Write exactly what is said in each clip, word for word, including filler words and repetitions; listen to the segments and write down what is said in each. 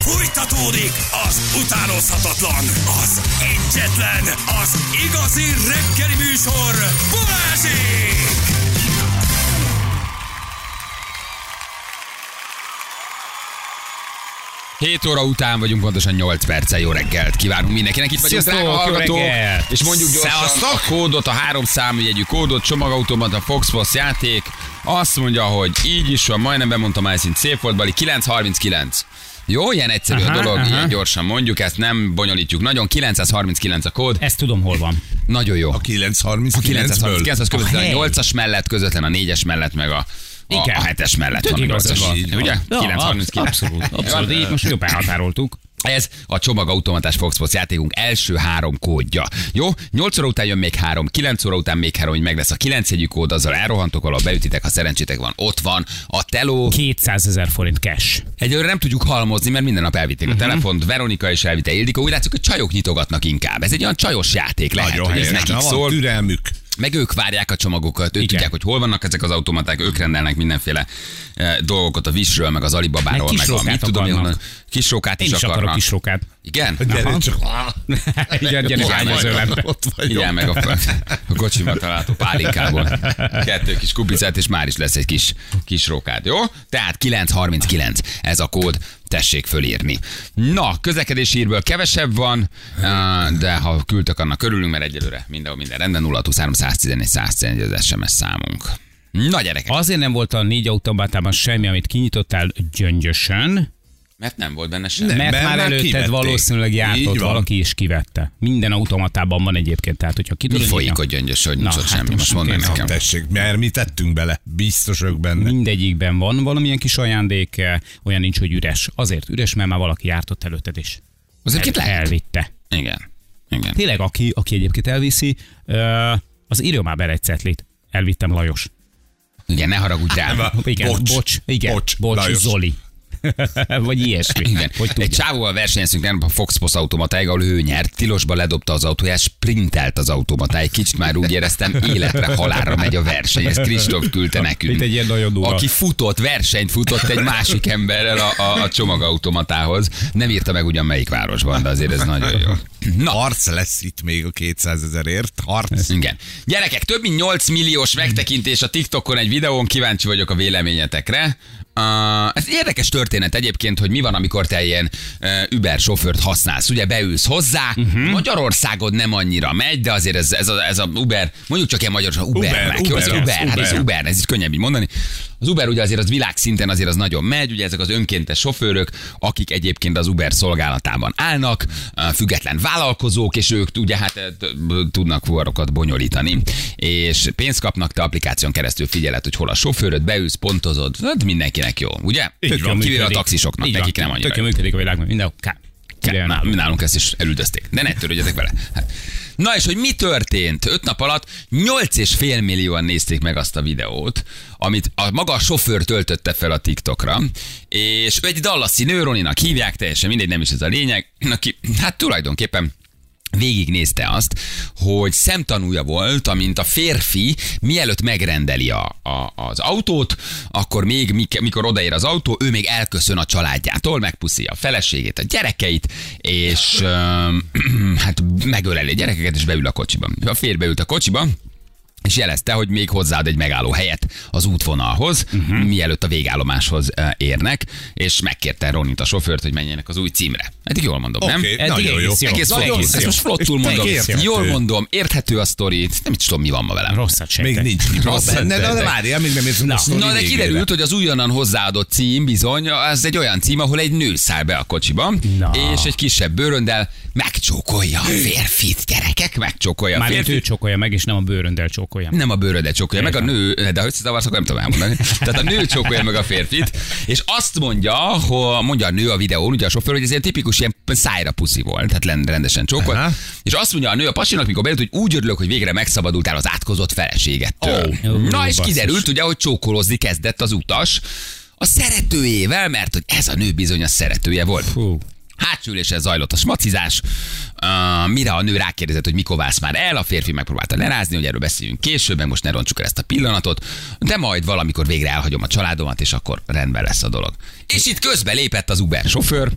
Fújtatódik az utánozhatatlan, az egyetlen, az igazi reggeli műsor, Balázsék! hét óra után vagyunk, pontosan nyolc perccel. Jó reggelt kívánunk mindenkinek. Itt vagyunk, drága hallgatók, és mondjuk gyorsan Szevasztok. a kódot, a három számjegyű kódot, csomagautomata, Foxbox játék. Azt mondja, hogy így is van, majdnem bemondtam, már szint szép volt, Bali, kilenc harminckilenc. Jó, ilyen egyszerű aha, a dolog, aha. ilyen gyorsan mondjuk, ezt nem bonyolítjuk nagyon. kilencszázharminckilenc a kód. Ezt tudom, hol van. Nagyon jó. A kilencszázharminckilencből. Az közvetlen a nyolcas mellett, közvetlen a négyes mellett, meg a A, a hetes mellett Tök van, igaz, van. Ugye? Ja, kilenc harminckilenc. Abszolút, abszolút. Így most jobban határoltuk. Ez a csomagautomatás Foxbox játékunk első három kódja. Jó? nyolc óra után jön még három, kilenc óra után még három, hogy meg lesz a kilenc jegyű kód, azzal elrohantok, valahol beütitek, ha szerencsétek van, ott van a teló. kétszázezer forint cash. Egyelőre nem tudjuk halmozni, mert minden nap elvitték uh-huh. a telefont, Veronika is elvitte, Ildikó, úgy látszik, hogy csajok nyitogatnak inkább. Ez egy olyan csajos játék lehet, nagyon hogy ez nekik van szól. Türelmük. Meg ők várják a csomagokat, ők igen. tudják, hogy hol vannak ezek az automaták, ők rendelnek mindenféle e, dolgokat a Wishről, meg az Alibabáról, meg, meg a mit tudom én, kisrókát is Én is akarnak. akarok kisrókát. Igen? Gyere csak. Igen, gyere hányozőlembe. Igen, meg a, a kocsiban található pálinkából. Kettő kis kupicát, és már is lesz egy kis, kis rókád, jó? Tehát kilenc harminckilenc, ez a kód, tessék fölírni. Na, közlekedési hírből kevesebb van, de ha küldtek, annak örülünk, mert egyelőre mindenhol minden rendben, nulla huszonhárom száztizennégy száztizenegy az es em es számunk. Na gyerekek! Azért nem volt a négy automatában semmi, amit kinyitottál Gyöngyösön, mert nem volt benne semmi. Mert, mert már előtted kivették. Valószínűleg jártott valaki és kivette. Minden automatában van egyébként, tehát hogyha ki mi folyik a Gyöngyös, hogy nincs ott hát semmi? Most mondd nekem. Tessék, mert mi tettünk bele, biztosok benne. Mindegyikben van valamilyen kis ajándék, olyan nincs, hogy üres. Azért üres, mert már valaki jártott előtted is. Azért El, elvitte. Igen. Igen. Tényleg, aki, aki egyébként elviszi, az írja már bele egy cetlit. Elvittem Lajos. Igen, ne haragudj rá. Igen, bocs, bocs, igen, bocs, bocs Zoli. Vagy ilyesmi. Igen. Egy csávóval versenyeztünk nem a Foxbox automatáig, ahol ő nyert, tilosba ledobta az autóját, sprintelt az automatáig. Kicsit már úgy éreztem, életre halálra megy a verseny. Ezt Kristóf küldte nekünk. Itt egy ilyen nagyon durva. Aki futott, versenyt futott egy másik emberrel a, a, a csomagautomatához. Nem írta meg ugyan melyik városban, de azért ez nagyon jó. Na. Harc lesz itt még a kétszázezerért. Harc. Igen. Gyerekek, több mint nyolc milliós megtekintés a TikTokon egy videón, kíváncsi vagyok a véleményetekre. Uh, ez érdekes történet egyébként, hogy mi van, amikor te ilyen uh, Uber sofőrt használsz. Ugye beülsz hozzá, uh-huh. Magyarországon nem annyira megy, de azért ez, ez, a, ez a Uber, mondjuk csak ilyen Magyarországon, Ubernek. Uber, Uber, Uber, Uber, hát ez Uber, ez is könnyebb így mondani. Az Uber ugye azért az világszinten azért az nagyon megy, ugye ezek az önkéntes sofőrök, akik egyébként az Uber szolgálatában állnak, független vállalkozók, és ők ugye hát tudnak fuvarokat bonyolítani. És pénzt kapnak, te applikáción keresztül figyeled, hogy hol a sofőröd, beülsz, pontozod, hát mindenkinek jó, ugye? Kivéve a taxisoknak, így nekik van. Nem annyira. Tök működik a világban, mindenhol. Nálunk, nálunk ezt is elüldözték. De ne törődjetek vele. Hát. Na és hogy mi történt? Öt nap alatt nyolc és fél millióan nézték meg azt a videót, amit a maga a sofőr töltötte fel a TikTokra, és egy dallasi nő, Roninak hívják, teljesen mindegy, nem is ez a lényeg, aki hát tulajdonképpen végignézte azt, hogy szemtanúja volt, amint a férfi mielőtt megrendeli a, a, az autót, akkor még mikor odaér az autó, ő még elköszön a családjától, megpuszi a feleségét, a gyerekeit, és uh, hát megöleli a gyerekeket, és beül a kocsiba. A férj beült a kocsiba, és jelezte, hogy még hozzáad egy megálló helyet az útvonalhoz, uh-huh. mielőtt a végállomáshoz érnek, és megkérte Ronit, a sofőrt, hogy menjenek az új címre. Eddig jól mondom, okay, nem? Eddig nagyon jó. Egész flottul. Ezt most flottul mondom. Jól mondom, érthető a sztori, nem is tudom, mi van ma velem. Rosszat sejtek. Még nincs rossz benne, de, de várjál, még nem értem a sztori. Na, de kiderült, hogy az újonnan hozzáadott cím bizony, az egy olyan cím, ahol egy nő száll be a kocsiba, na. és egy kisebb bőröndel megcsókolja a férfit, gyerekek, megcsókolja a férfit. Már ő csókolja meg, és nem a bőröndel csókolja. Nem a bőröndel csókolja meg, a nő, de ha összezavarsz, akkor nem tudom elmondani. Tehát a nő csókolja meg a férfit, és azt mondja, hogy mondja a nő a videón, ugye a sofőr, hogy ez ilyen tipikus ilyen szájra puszi volt, tehát rendesen csókolt. Aha. És azt mondja a nő a pasinak, mikor bejött, hogy úgy örülök, hogy végre megszabadultál az átkozott feleségettől. Oh. Na és kiderült, ugye, hogy csókolózni kezdett az utas a szeretőjével, mert hogy ez a nő bizony a szeretője volt. Fú. Hátsó ülésen zajlott a smacizás, uh, mire a nő rákérdezett, hogy mikor válsz már el, a férfi megpróbálta lerázni, hogy erről beszéljünk később, meg most ne roncsuk el ezt a pillanatot, de majd valamikor végre elhagyom a családomat, és akkor rendben lesz a dolog. És itt közbe lépett az Uber sofőr.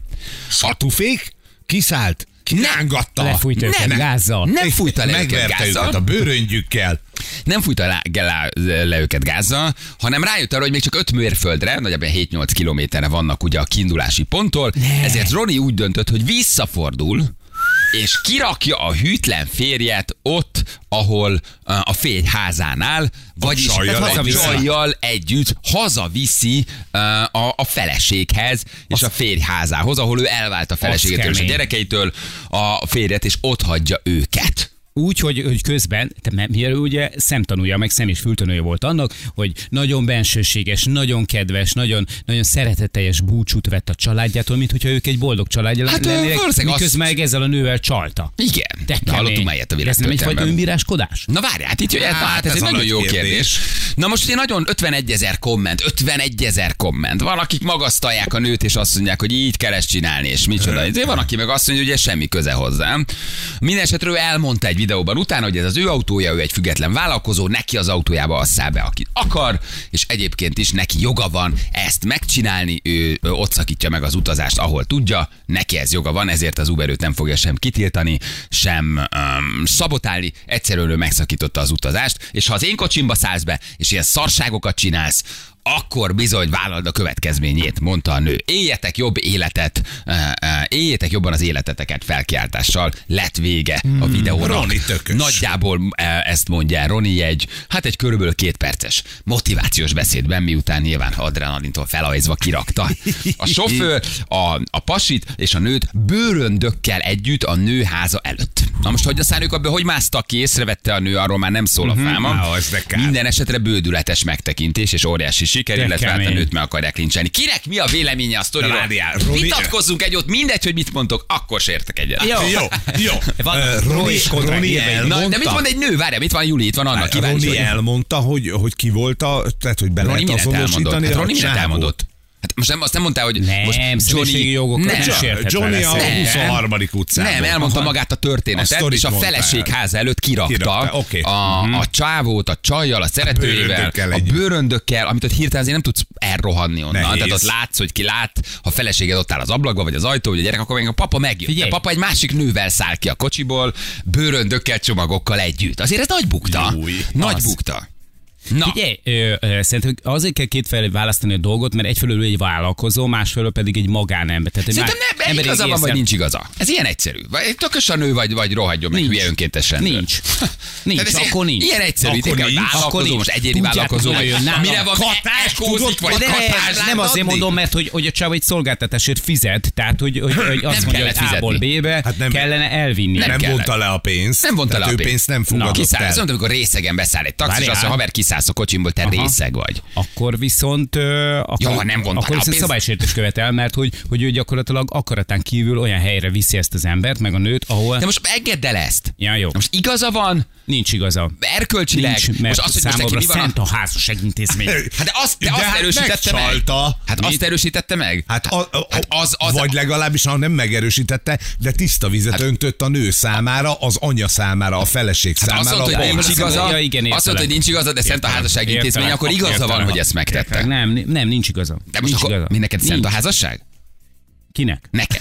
Satufék kiszállt, kirángatta. Lefújt őket nem, gázzal. Nem fújta le őket Megverte gázzal. őket a bőröngyükkel. Nem fújta le, le, le őket gázzal, hanem rájött arra, hogy még csak öt mérföldre, nagyjából hét-nyolc kilométerre vannak ugye a kiindulási ponttól, ne. Ezért Roni úgy döntött, hogy visszafordul, és kirakja a hűtlen férjet ott, ahol a férj házánál, vagyis a csajjal együtt hazaviszi a, a feleséghez és a férj házához, ahol ő elvált a feleségétől és a gyerekeitől a férjet, és ott hagyja őket. Úgy, hogy, hogy közben, te, mivel ugye szemtanúja, meg szem és fültanúja volt annak, hogy nagyon bensőséges, nagyon kedves, nagyon, nagyon szeretetteljes búcsút vett a családjától, mint hogyha ők egy boldog családja hát, lennének, miközben azt... meg ezzel a nővel csalta. Igen, de hallottunk már ilyet a Ez nem egyfajta önbíráskodás? Na várjál, hát itt jöhet, hát, hát ez, ez egy nagyon jó kérdés. kérdés. Na most ugye nagyon ötvenegy ezer komment, ötvenegy ezer komment. Van, akik magasztalják a nőt, és azt mondják, hogy így kell ezt csinálni, és micsoda. De van, aki meg azt mondja, hogy ez semmi köze hozzám. Minden esetre ő elmondta egy videóban utána, hogy ez az ő autója, ő egy független vállalkozó, neki az autójába asszál be, akit akar, és egyébként is neki joga van ezt megcsinálni, ő, ő ott szakítja meg az utazást, ahol tudja, neki ez joga van, ezért az Uber őt nem fogja sem kitiltani, sem um, szabotálni, egyszerűen ő megszakította az utazást, és ha az én kocsimba szállsz be, és ilyen szarságokat csinálsz, akkor bizony vállald a következményét, mondta a nő. Éljetek jobb életet, éljétek jobban az életeteket felkiáltással. Lett vége a videónak. Roni tökös. Nagyjából ezt mondja Roni egy, hát egy körülbelül két perces motivációs beszédben, miután nyilván adrenalintól felajzva kirakta. A sofőr, a, a pasit és a nőt bőröndökkel együtt a nő háza előtt. Na most, hogy aztán ők abban, hogy másztak ki, észrevette a nő, arról már nem szól a fáma. Mm-hmm. Minden esetre bődületes megtekintés és óriási siker, illetve hát a nőt meg akarják lincselni. Kinek mi a véleménye a sztoriról? Vitatkozzunk egy ott, mindegy, hogy mit mondtok, akkor sértek egyet. Jó, jó, jó. Uh, Roni, Roni elmondta. De mit mond egy nő? Várja, mit van Juli? Itt van Anna, kíváncsi. Roni elmondta, hogy, hogy ki volt a, tehát hogy be lehet azonosítani. Hát Roni mindent elmondott. Hát most nem, azt nem mondta, hogy nem, most Johnny, jogokat nem, Johnny a huszonharmadik utcán. Nem, elmondta Aha. magát a történetet, a és a feleség háza előtt kirakta, kirakta. Okay. A, uh-huh. a csávót, a csajjal, a szeretőjével, a, a bőröndökkel, amit ott hirtelen azért nem tudsz elrohanni onnan. Nehéz. Tehát ott látsz, hogy ki lát, ha a feleséged ott áll az ablakba, vagy az ajtó, vagy a gyerek, akkor még a papa megjött. A papa egy másik nővel száll ki a kocsiból, bőröndökkel, csomagokkal együtt. Azért ez nagy bukta. Júj, nagy az. bukta. Na. Figyelj, ö, ö, szerintem azért kell kétfelé választani a dolgot, mert egyfelől egy vállalkozó, másfelől pedig egy magánember. Tehát szerintem nem, igaza van, vagy nincs igaza. Ez ilyen egyszerű. Vagy tökös a nő, vagy, vagy rohadjon meg hülye önkéntesen. Nincs. Nincs, akkor nincs. Ilyen egyszerű. Akkor nincs. Vállalkozó, most egyéni vállalkozó. Mire van katáskodott, vagy katás. Nem azért mondom, mert hogy, hogy a csáv egy szolgáltatásért fizet, tehát hogy, hogy, hogy azt mondja, hogy A-ból B-be kellene elvinni. Nem vonta le a pénzt. Nem vonta le a pénzt. Nem fogadott el. Azt mondta, amikor részegen beszáll egy taxis, azt mondja, haver, kiszállsz a kocsimból, te Aha. részeg vagy. Akkor viszont, uh, akkor, Jó, nem akkor viszont szabálysértés követel, mert hogy, hogy ő gyakorlatilag akaratán kívül olyan helyre viszi ezt az embert, meg a nőt, ahol... De most engedd el ezt. Ja, jó. Most igaza van? Nincs igaza. Erkölcsileg? Nincs, mert most azt, hogy számomra most szent a házasság intézmény. Hát de azt, de azt hát erősítette meg. Hát Mit? azt erősítette meg? Hát, a, a, hát az, az, vagy legalábbis, ha nem megerősítette, de tiszta vizet hát, öntött a nő számára, az anya számára, a feleség hát számára. Azt mondta, hogy nincs igaza, ja, igen, azt mondta, hogy nincs igaza, de szent a házasság intézmény, akkor igaza van, hogy ezt megtette. Nem, nem, nincs igaza. De most akkor mi neked szent a házasság? Kinek? Neked.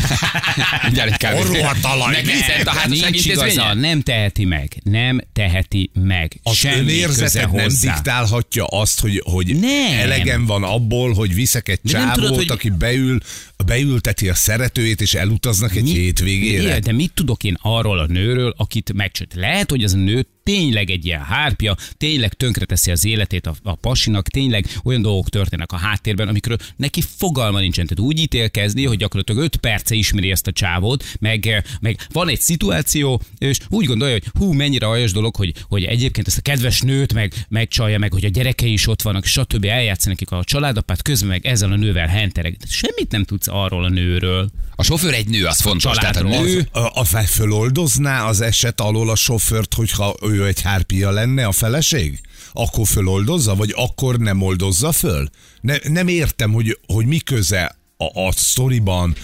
Neked szent a házasság intézménye? Nem teheti meg. Nem teheti meg. Az Semmi önérzetet nem hozzá. diktálhatja azt, hogy, hogy elegem van abból, hogy viszek egy csávót, tudod, hogy... aki beül, beülteti a szeretőjét, és elutaznak egy mi? hétvégére. Igen, de mit tudok én arról a nőről, akit megcsölt? Lehet, hogy az a nő tényleg egy ilyen hárpia, tényleg tönkreteszi az életét a, a pasinak, tényleg olyan dolgok történnek a háttérben, amikről neki fogalma nincsen. Tehát úgy ítélkezni, hogy gyakorlatilag öt perce ismeri ezt a csávót, meg, meg van egy szituáció, és úgy gondolja, hogy hú, mennyire aljas dolog, hogy, hogy egyébként ezt a kedves nőt meg, megcsalja, meg hogy a gyerekei is ott vannak, stb. Eljátsz nekik a családapát, közben meg ezzel a nővel hentereg. Semmit nem tudsz arról a nőről. A sofőr egy nő, az fontos. Tehát a nő... Az, a, a föloldozná az eset alól a sofőrt, hogyha ő egy hárpia lenne a feleség? Akkor föloldozza, vagy akkor nem oldozza föl? Ne, nem értem, hogy, hogy mi köze a, a sztoriban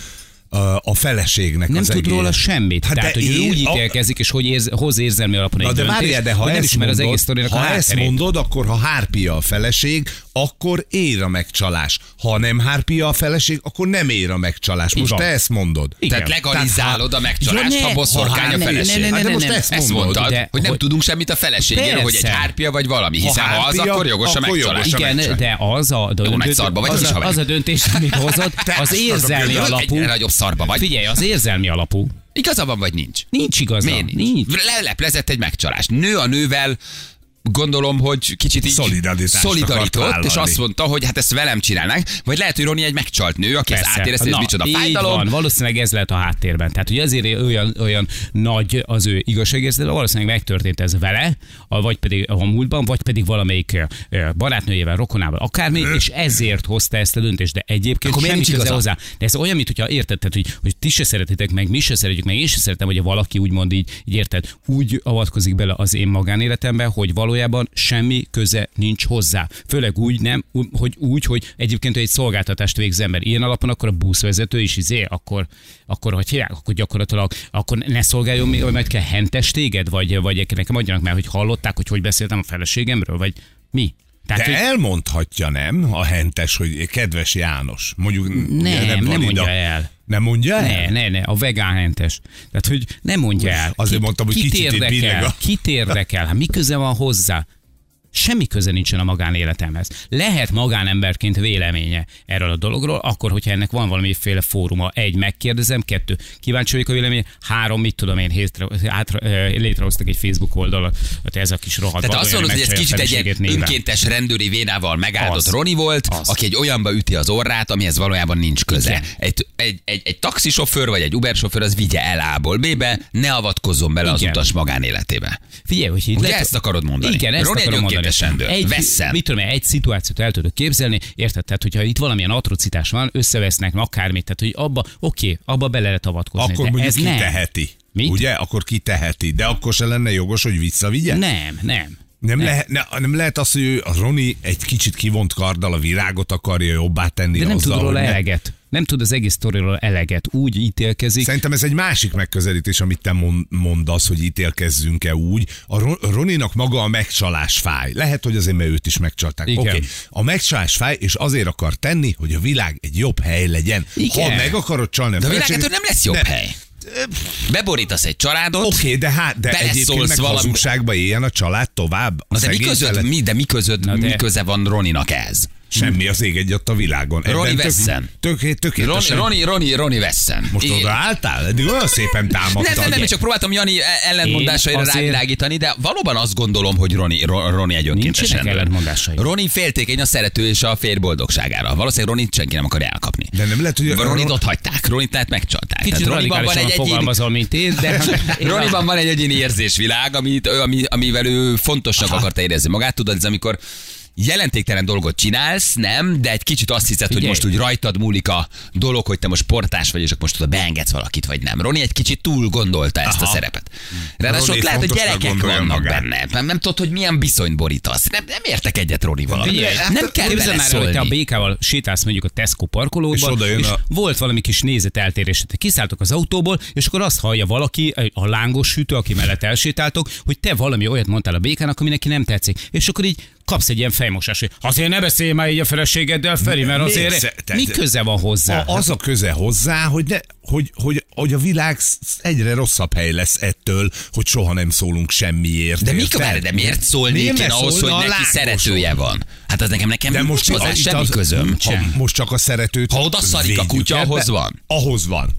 a feleségnek nem az tud egész. róla semmit. Hát tehát, hogy ő úgy a... ítélkezik, és hogy érz, hoz érzelmi alapon egy de döntést, várjál, de ha hogy nem ezt ismer mondod, az egész sztorinak ha a ezt hátterét. mondod, akkor ha hárpia a feleség, akkor ér a megcsalás. Ha nem hárpia a feleség, akkor nem ér a megcsalás. Most te ezt mondod. Igen. Tehát legalizálod a megcsalást, ja, ha boszorkány a feleség. Ne, ne, ne, de most ne, ezt ezt mondtad, de, hogy nem hogy... tudunk semmit a feleségéről, hogy egy hárpia vagy valami. Hiszen ha, ha az, akkor jogos a megcsalás. Igen, de az a, Jó, nagy szarba vagy, az, az, a, az a döntés, amit hozott, az érzelmi alapú. Egyre nagyobb szarba vagy. Figyelj, az érzelmi alapú. Igaza van, vagy nincs? Nincs igaza. Miért nincs? nincs. Leleplezett egy megcsalás. Nő a nővel, gondolom, hogy kicsit így szolidarított, és azt mondta, hogy hát ezt velem csinálnánk, vagy lehet, hogy Roni egy megcsalt nő, aki ezt átérezte, hogy ez micsoda fájdalom. Van, valószínűleg ez lehet a háttérben. Tehát, hogy azért olyan, olyan nagy az ő igazságérzete, de valószínűleg megtörtént ez vele, vagy pedig a múltban, vagy pedig valamelyik barátnőjével, rokonával, akármi, és ezért hozta ezt a döntést, de egyébként akkor semmi köze hozzá. De ez olyan, mint hogyha érted, tehát, hogy, hogy ti se szeretitek meg, mi se szeretjük meg, én se szeretem, hogy valaki úgymond így, így érted, úgy avatkozik bele az én magánéletembe, hogy valójában semmi köze nincs hozzá. Főleg úgy, nem, hogy úgy, hogy egyébként egy szolgáltatást végz ember. Ilyen alapon akkor a buszvezető is izé, akkor, akkor hogy hívják, akkor gyakorlatilag, akkor ne szolgáljon még, vagy majd kell hentes téged, vagy, vagy nekem adjanak már, hogy hallották, hogy hogy beszéltem a feleségemről, vagy mi? Tehát, de hogy... elmondhatja, nem, a hentes, hogy kedves János. Mondjuk nem, nem, nem mondja a... el. Nem mondja el? Ne, ne, ne, a vegán hentes. Tehát, hogy nem mondja el. Azért kit, mondtam, hogy kit kicsit érdekel, a... kit érdekel, hát mi köze van hozzá? Semmi köze nincsen a magánéletemhez. Lehet magánemberként véleménye erről a dologról, akkor, hogyha ennek van valamiféle fóruma. Egy, megkérdezem, kettő, kíváncsi vagyok a vélemény, három, mit tudom én, hétre, hátra, létrehoztak egy Facebook oldalat, ez a kis rohadt. Tehát azt mondod, hogy ez kicsit egy önkéntes rendőri vénával megáldott az, Roni volt, az. aki egy olyanba üti az orrát, amihez valójában nincs köze. Egy, egy, egy, egy taxisofőr vagy egy Uber sofőr az vigye el A-ból B-be, ne avatkozzon bele igen. az utas magánéletébe. Figyelj, hogy Ugye ezt akarod mondani? Igen, ezt Roni akarom mondani. Egy, mit tudom, egy szituációt el tudok képzelni, érted? Tehát, hogyha itt valamilyen atrocitás van, összevesznek akármit, tehát, hogy abba, oké, abba bele lehet avatkozni. Akkor de mondjuk ez ki nem. teheti. Mit? Ugye? Akkor ki teheti. De akkor se lenne jogos, hogy visszavigye? Nem, nem. Nem, nem. Lehet, ne, nem lehet az, hogy ő, a Roni egy kicsit kivont karddal a virágot akarja jobbá tenni. De nem azzal, tud róla ne... eleget. Nem tud az egész sztoriról eleget. Úgy ítélkezik. Szerintem ez egy másik megközelítés, amit te mondasz, hogy ítélkezzünk-e úgy. A Roninak maga a megcsalás fáj. Lehet, hogy azért, mert őt is megcsalták. Oké. Okay. A megcsalás fáj, és azért akar tenni, hogy a világ egy jobb hely legyen. Igen. Ha meg akarod csalni a de a világ nem lesz jobb ne. hely. Beborítasz egy családot, oké, okay, de hát, de egyébként meg valami... hazugságba éljen a család tovább. Na de mi között, mi, de mi között, de... mi köze van Roninak ez? Semmi az ég egyet a világon. Roni Vessen. Tök, tök, tökéletesen. Roni, Roni, Roni Vessen. Most odaálltál? Eddig olyan szépen támadtad. Nem, nem, nem, csak próbáltam Jani ellentmondásaira azért... rávilágítani, de valóban azt gondolom, hogy Roni, Roni egy önkéntes rendőr. Roni féltékeny a szerető és a férj boldogságára. Valószínűleg Ronit senki nem akar elkapni. De nem lehet, hogy... Ronit ott hagyták, Ronit tehát megcsalták. Kicsit radikálisan fogalmazol, mint én, de... Roniban van egy egyéni érzésvilág, amit, ami, amivel ő fontosnak akarta érezni magát. Tudod, ez amikor jelentéktelen dolgot csinálsz, nem, de egy kicsit azt hiszed, Figyelj. hogy most úgy rajtad múlik a dolog, hogy te most sportás vagy, és akkor most oda beengedsz valakit, vagy nem. Roni egy kicsit túl gondolta ezt Aha. a szerepet. Ráadásul ott lehet, hogy gyerekek vannak magát. benne. Nem, nem tudod, hogy milyen viszonyt borítasz. Nem, nem értek egyet Ronival. Figyelj, nem kell bele már, hogy te a békával sétálsz mondjuk a Tesco parkolóban, és, és a... volt valami kis nézeteltérés. Kiszálltok az autóból, és akkor azt hallja valaki, a lángos sütő, aki mellett elsétáltok, hogy te valami olyat mondtál a békának, ami neki nem tetszik. És akkor így kapsz egy ilyen fejmosás, hogy azért ne beszélj már így a feleségeddel, Feri, mert azért mi köze van hozzá? A, az a köze hozzá, hogy, ne, hogy, hogy, hogy a világ egyre rosszabb hely lesz ettől, hogy soha nem szólunk semmiért. De, mikor, de miért szólni kéne ahhoz, hogy neki szeretője van? Hát az nekem nekem de most hozzá semmi az, közöm. Ha most csak a szeretőt ha oda szarik a kutya, ahhoz van. Ahhoz van.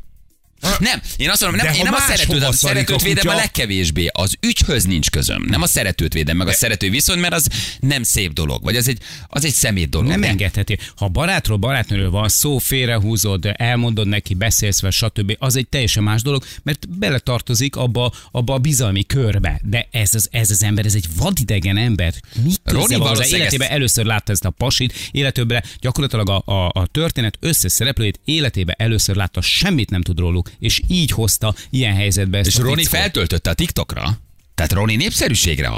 Nem, én azt mondom, nem, én nem a szeretőt, a szeretőt védem a legkevésbé. Az ügyhöz nincs közöm. Nem a szeretőt védem meg a szerető viszont, mert az nem szép dolog. Vagy az egy, az egy szemét dolog. Nem engedheti. Ha barátról, barátnőről van szó, félrehúzod, elmondod neki, beszélsz vele, stb. Az egy teljesen más dolog, mert beletartozik abba, abba a bizalmi körbe. De ez az, ez az ember, ez egy vadidegen ember. Mit Roni az életében ezt... először látta ezt a pasit, életében gyakorlatilag a, a, a történet összes szereplőjét életében először látta, semmit nem tud róluk. És így hozta ilyen helyzetbe ezt és a Roni feltöltötte a TikTokra, tehát Roni népszerűségre hajt.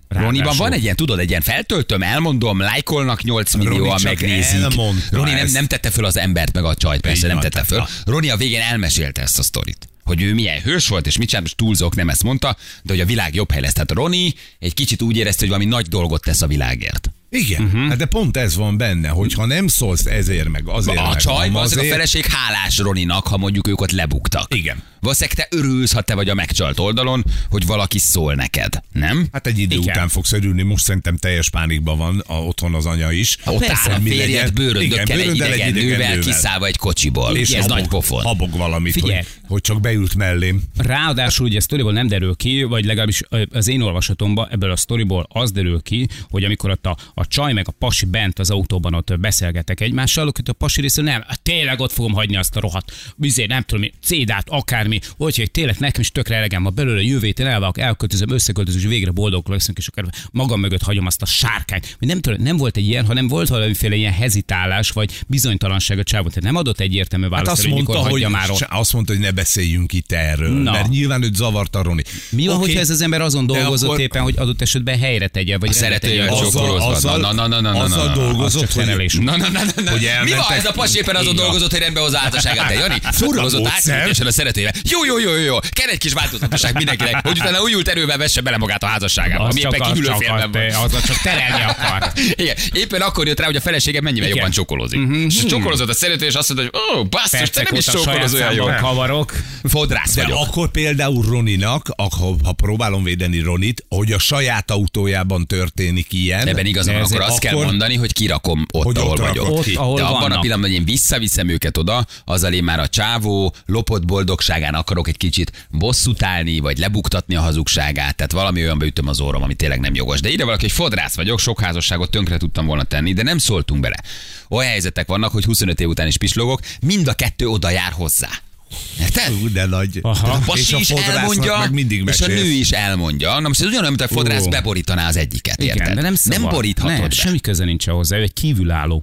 Roniban van egy ilyen, tudod, egy ilyen feltöltöm, elmondom, lájkolnak nyolc millióan, megnézik. Roni nem, nem tette föl az embert, meg a csajt, persze nem tette föl. Roni a végén elmesélte ezt a sztorit, hogy ő milyen hős volt, és mit csinált, most túlzok, nem ezt mondta, de hogy a világ jobb hely lesz. Tehát Roni egy kicsit úgy érezte, hogy valami nagy dolgot tesz a világért. Igen, uh-huh. de pont ez van benne, hogy ha nem szólsz ezért meg azért a meg csaj, nem azért a azért... feleség hálás Roninak, ha mondjuk ők ott lebuktak. Igen. Valószínűleg te örülsz, ha te vagy a megcsalt oldalon, hogy valaki szól neked, nem? Hát egy idő Igen. után fogsz örülni, most szerintem teljes pánikban van a, otthon az anya is. Ott áll a Mi férjed legyen. bőröndökkel, Igen, egy bőröndel idegen, egy idegen nővel, nővel. kiszállva egy kocsiból. És ez habog, nagy pofon. habog valamit, hogy, Figyelj. hogy csak beült mellém. Ráadásul ugye a sztoriból nem derül ki, vagy legalábbis az én olvasatomban ebből a sztoriból az derül ki, hogy amikor ott a, a csaj meg a pasi bent az autóban ott beszélgetek egymással, akkor a pasi részről nem, tényleg ott fogom hagyni azt a rohadt, bizony, nem tudom mi, cédát, akármi, úgyhogy tényleg nekem is tökre elegem van belőle, jövő héten elválok, elköltözöm, összeköltözöm, és végre boldogok leszünk, és akkor magam mögött hagyom azt a sárkányt. Nem, tudom, nem volt egy ilyen, hanem volt valamiféle ilyen hezitálás, vagy bizonytalanság a csávon. Tehát nem adott egyértelmű Hát választ, azt hogy mikor mondta, hogy, hagyja már ott. azt mondta, hogy ne beszéljünk itt erről, Na. mert nyilván őt zavarta Roni. Mi van, Oké, hogyha ez az ember azon de dolgozott akkor- éppen, hogy adott esetben helyre tegye, vagy A rendbe szeretőjével tegye? csókolózva. azzal, Na, na, na, na, na, na, azzal na. dolgozott, Az csak hogy, szerelés. Na, na, na, na, na. Hogy Mi elmentek- van, ez a pasi éppen azon Így van. dolgozott, hogy rendbe hozza a házasságát, te Jani? Csókolózott módszer. átkötésen a szeretőjével. Jó, jó, jó, jó, jó. Kell egy kis változatosság mindenkinek, hogy utána újult erővel vesse bele magát a házasságába, Az ami csak, éppen az kívülő csak, félben van. az, az csak terelni akar. Igen, éppen akkor jött rá, hogy a felesége mennyivel Igen. jobban csókolózik. És csókolózott a szerető, és azt mondta, hogy ó, basszus, te Percek nem is óta saját csókolóz olyan számban jól. kavarok. Fodrász De vagyok. akkor például Roninak, ha, ha próbálom védeni Ronit, hogy a saját autójában történik ilyen. Ebben igazán van, De akkor ezért azt kell akkor- mondani, hogy kirakom ott, Hogy ahol ott vagyok. rakod Ott, ki. ahol De abban vannak. a pillanatban, hogy én visszaviszem őket oda, azzal én már a csávó lopott boldogságán akarok egy kicsit bosszút állni, vagy lebuktatni a hazugságát. Tehát valami olyanba ütöm az orrom, ami tényleg nem jogos. De ide valaki, hogy fodrász vagyok, sok házasságot tönkre tudtam volna tenni, de nem szóltunk bele. Olyan helyzetek vannak, hogy huszonöt év után is pislogok, mind a kettő oda jár hozzá. Érted? Ú, de nagy. Aha. A És pasi a is fodrásznak elmondja, meg mindig és a mesélsz. nő is elmondja. Na most ez ugyanolyan, mint a fodrász Ó. beborítaná az egyiket, érted? Igen, de nem, nem szabad. boríthatod nem, be. semmi köze nincs hozzá, ő egy kívülálló.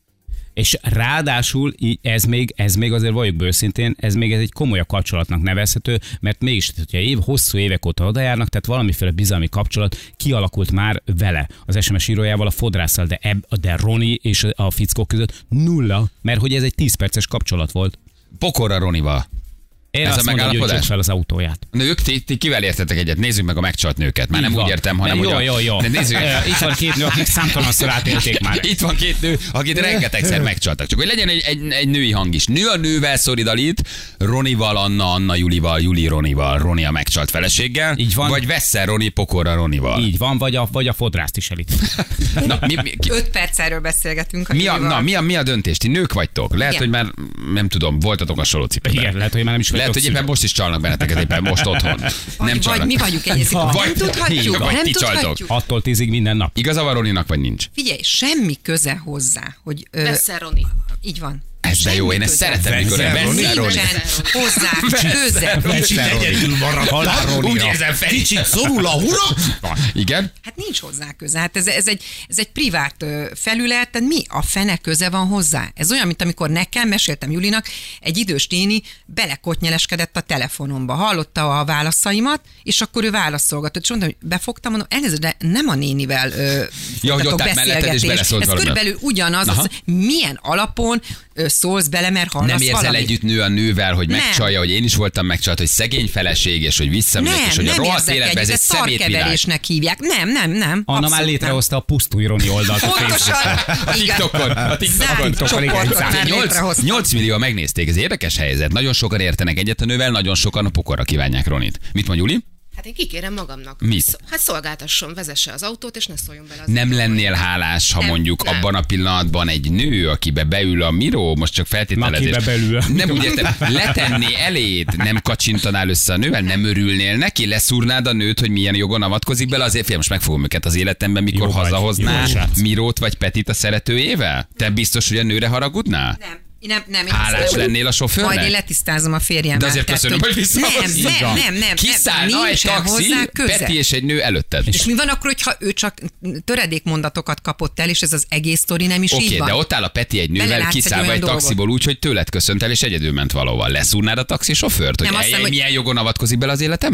És ráadásul így ez még, ez még azért valljuk be őszintén, ez még ez egy komolyabb kapcsolatnak nevezhető, mert mégis, hogyha év, hosszú évek óta odajárnak, tehát valamiféle bizalmi kapcsolat kialakult már vele, az es em es írójával, a fodrásszal, de, eb, de Roni és a fickó között nulla, mert hogy ez egy tíz perces kapcsolat volt. Pokorra Ronival. Én Ez azt a mondom, hogy megállapodás? gyújtsuk fel az autóját. Nők, ti, ti kivel értetek egyet? Nézzük meg a megcsalt nőket. Már Így nem van. úgy értem, hanem De hogy jó, a... jó, jó. De nézzük. Ö, Itt van két nő, akik számtalanszor átélték már. Itt van két nő, akit rengetegszer megcsaltak. Csak hogy legyen egy, egy, egy női hang is. Nő a nővel szolidalít, Ronival, Anna, Anna Julival, Juli Ronival, Roni a megcsalt feleséggel. Így van. Vagy veszel Roni pokorra Ronival. Így van, vagy a, vagy a fodrászt is elít. Na, mi, mi, ki, Öt percerről beszélgetünk. A mi, a, Julival. na, mi, a, mi a döntés? Ti nők vagytok? Lehet, Igen. hogy már nem tudom, voltatok a solócipőben. Igen, lehet, hogy már nem is Lehet, vagytok hogy éppen szülők. most is csalnak benneteket, éppen most otthon. Vagy, Nem vagy csalnak. mi vagyunk egyesek. Vagy- Nem tudhatjuk. vagy Nem ti csaltok. tudhatjuk. Hattól tízig minden nap. Igaza van Roninak, vagy nincs? Figyelj, semmi köze hozzá, hogy... Ö, Veszel, Roni. így van. Ez de jó, én ezt Semmi köze. szeretem, mikor Veszel, Roni. veszel Roni. Nincsen hozzá köze. Kicsit egyedül maradtál Úgy Ronira. érzem fel. Kicsit szorul a hura. Igen? Hát nincs hozzá köze. Hát ez, ez, egy, ez egy privát ö, felület, tehát mi a fene köze van hozzá? Ez olyan, mint amikor nekem, meséltem Julinak, egy idős téni belekotnyeleskedett a telefonomba. Hallotta a válaszaimat, és akkor ő válaszolgatott. És mondtam, hogy befogtam, mondom, elnézést, de nem a nénivel ö, Ja, hogy ott folytatok állt melletted, és beszélgetést. beleszólt Ez valamibe. körülbelül ugyanaz, Aha. az, milyen alapon ö, szólsz bele, mert hallasz Nem érzel valamit. együtt nő a nővel, hogy Nem. megcsalja, hogy én is voltam megcsalt, hogy szegény feleség, és hogy visszamegyek, Nem, és hogy a nem rohadt érzek életben ez együtt, egy ezt szemétvilág. szarkeverésnek hívják. Nem, nem, nem. Anna már abszolút létrehozta a pusztúj Roni oldalt. a Pontosan. A Igen. TikTokon, a TikTokon. Zárt csoportot már létrehoztam. nyolc millió megnézték, ez érdekes helyzet. Nagyon sokan értenek egyet a nővel, nagyon sokan a pokorra kívánják Ronit. Mit mond Juli? Hát én kikérem magamnak. Mit? Sz- Hát szolgáltasson, vezesse az autót, és ne szóljon bele az Nem autóba. lennél hálás, ha Nem, mondjuk nem. abban a pillanatban egy nő, akibe beül a Miró, most csak feltételezés. Akibe beül. Nem úgy értem, letenné eléd, nem kacsintanál össze a nővel, nem örülnél neki, leszúrnád a nőt, hogy milyen jogon avatkozik bele, azért fél, most megfogom őket az életemben, mikor Jó vagy, hazahozná jó srác. Mirót vagy Petit a szeretőjével? Te biztos, hogy a nőre haragudnál? Nem. Nem, nem, én Hálás ezt- lennél a sofőrnek? Majd én letisztázom a férjemmel. De azért Tehát, köszönöm, hogy visszahoztad. Nem, nem, nem, nem. Kiszállna nem, egy nincsen taxi, hozzá köze. Peti és egy nő előtted. És mi van akkor, hogyha ő csak töredékmondatokat kapott el, és ez az egész sztori nem is Oké, így van? de ott áll a Peti egy nővel, Belelátsz egy kiszállva olyan egy dolgot. taxiból úgy, hogy tőled köszönt el, és egyedül ment valóval. Leszúrnád a taxisofőrt, hogy Nem, azt egy, hiszem, hogy- milyen jogon avatkozik bele az életembe?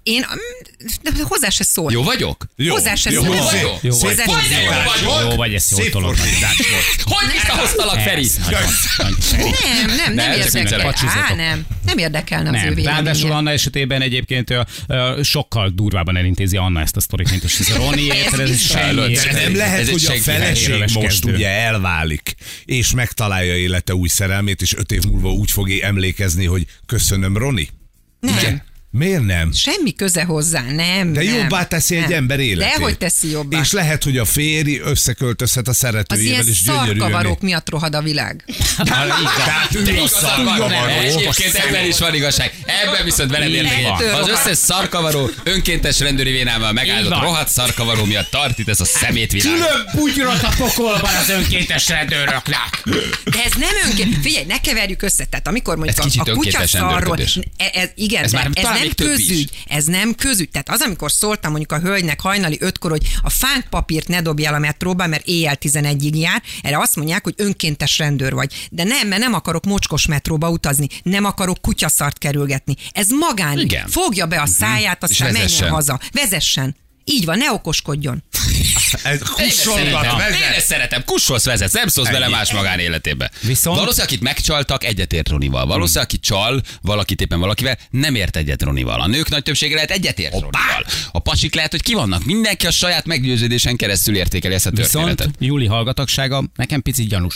én de hozzá se szól. Jó vagyok? Jó, Hozzá se jó, szól. jó, Szép. Jó Hozzá vagy, se Hogy szól. jó vagyok? jó vagy, ezt jól Szép tolod. fordítás volt. Hogy visszahoztalak, Feri? Ez nagyon, nagyon Feri. Nem, nem, nem Ne, csak érdekel. viccelek. Á, Pacsizzatok. nem. Nem érdekelne az ő Nem, ráadásul véleménye. Anna esetében egyébként ö, ö, sokkal durvábban elintézi Anna ezt a sztorit, mint az Roni, érted, ez biztos. semmi. De De nem Ez lehet, egy hogy a senki feleség éles most kezdő. ugye elválik, és megtalálja élete új szerelmét, és öt év múlva úgy fog emlékezni, hogy köszönöm, Roni. Nem. Miért nem? Semmi köze hozzá, nem. De nem, jobbá teszi egy nem. ember életét. Dehogy teszi jobbá. És lehet, hogy a férj összeköltözhet a Az szeretőjével, ilyen és gyönyörűen. szarkavarók miatt rohad a világ. Tehát ő De a igazad van, szarkavaró. egyébként ebben is van igazság. Ebben viszont veled Így értek van. egyet. Az összes szarkavaró önkéntes rendőri vénával megáldott Így van. rohadt szarkavaró miatt tart itt ez a szemétvilág. Külön bugyrot a pokolban az önkéntes rendőröknek. De ez nem önként. Figyelj, ne keverjük össze. Tehát amikor mondjuk Ez a, kicsit a kutya önkéntes szarról, rendőrködés. e- ez, igen, Ez de már ez talán nem még több is. közügy. Ez nem közügy. Tehát az, amikor szóltam mondjuk a hölgynek hajnali ötkor, hogy a fánkpapírt ne dobjál a metróba, mert éjjel tizenegyig jár, erre azt mondják, hogy önkéntes rendőr vagy. De nem, mert nem akarok mocskos metróba utazni, nem akarok kutyaszart kerülgetni. Ez magán. Igen. Fogja be a száját, aztán menjen vezessen. haza. Vezessen. Így van, ne okoskodjon. Ez Én ezt kussolgat, szeretem. Én vezet. ezt szeretem. Kussolsz vezetsz, nem szólsz bele más magánéletébe. Viszont- Valószínűleg, akit megcsaltak, egyetért Ronival. Valószínűleg, aki csal valakit éppen valakivel, nem ért egyet Ronival. A nők nagy többsége lehet egyetért Ronival. A pasik lehet, hogy ki vannak. Mindenki a saját meggyőződésen keresztül értékeli ezt a Viszont történetet. Júli hallgatagsága nekem picit gyanús.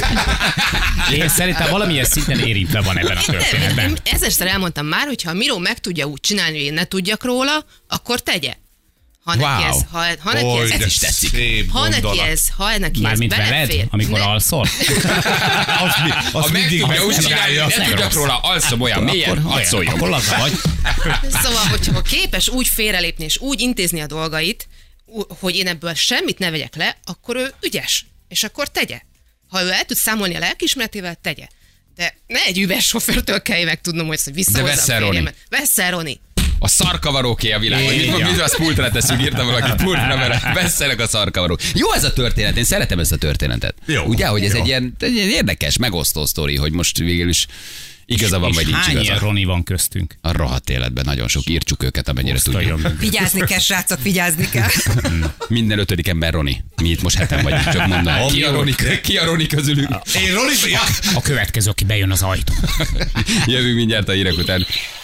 Én szerintem valamilyen szinten érintve van ebben a Nem, történetben. én ezerszer elmondtam már, hogy ha a Miró meg tudja úgy csinálni, hogy én ne tudjak róla, akkor tegye. Ha neki Wow. ez, ha, ha neki Oly, ez, de is tetszik. szép ha neki gondolat. ez, ha neki ez Mármint veled, belefér. amikor Ne- alszol? Azt, mi, Ha azt meg mindig tudja úgy csinálni, megcsinálja. hogy ne tudjak róla, alszom olyan mélyen, hadd szóljon. Akkor laza vagy. Szóval, hogyha képes úgy félrelépni és úgy intézni a dolgait, ú- hogy én ebből semmit ne vegyek le, akkor ő ügyes. És akkor tegye. Ha ő el tud számolni a lelkiismeretével, tegye. De ne egy Uber sofőrtől kell megtudnom, hogy visszahozza De a Vessel Roni. férjemet. Vessel Roni. A szarkavaróké a világ. Hogy mit, Igen. mit az pultra teszünk, írta valaki pultra, mert vesszenek a szarkavarók. Jó ez a történet, én szeretem ezt a történetet. Jó. Ugye, hogy ez Jó. egy ilyen, egy ilyen érdekes, megosztó sztori, hogy most végül is igaza van, És vagy nincs hány ilyen igaza. Roni van köztünk? A rohadt életben nagyon sok, írtsuk őket, amennyire tudjuk. Osztoljon. Vigyázni kell, srácok, vigyázni kell. Minden ötödik ember Roni. Mi itt most heten vagyunk, csak mondom. Ki a Roni, ki a Roni közülünk? Én Roli, A következő, aki bejön az ajtó. Jövünk mindjárt a hírek után.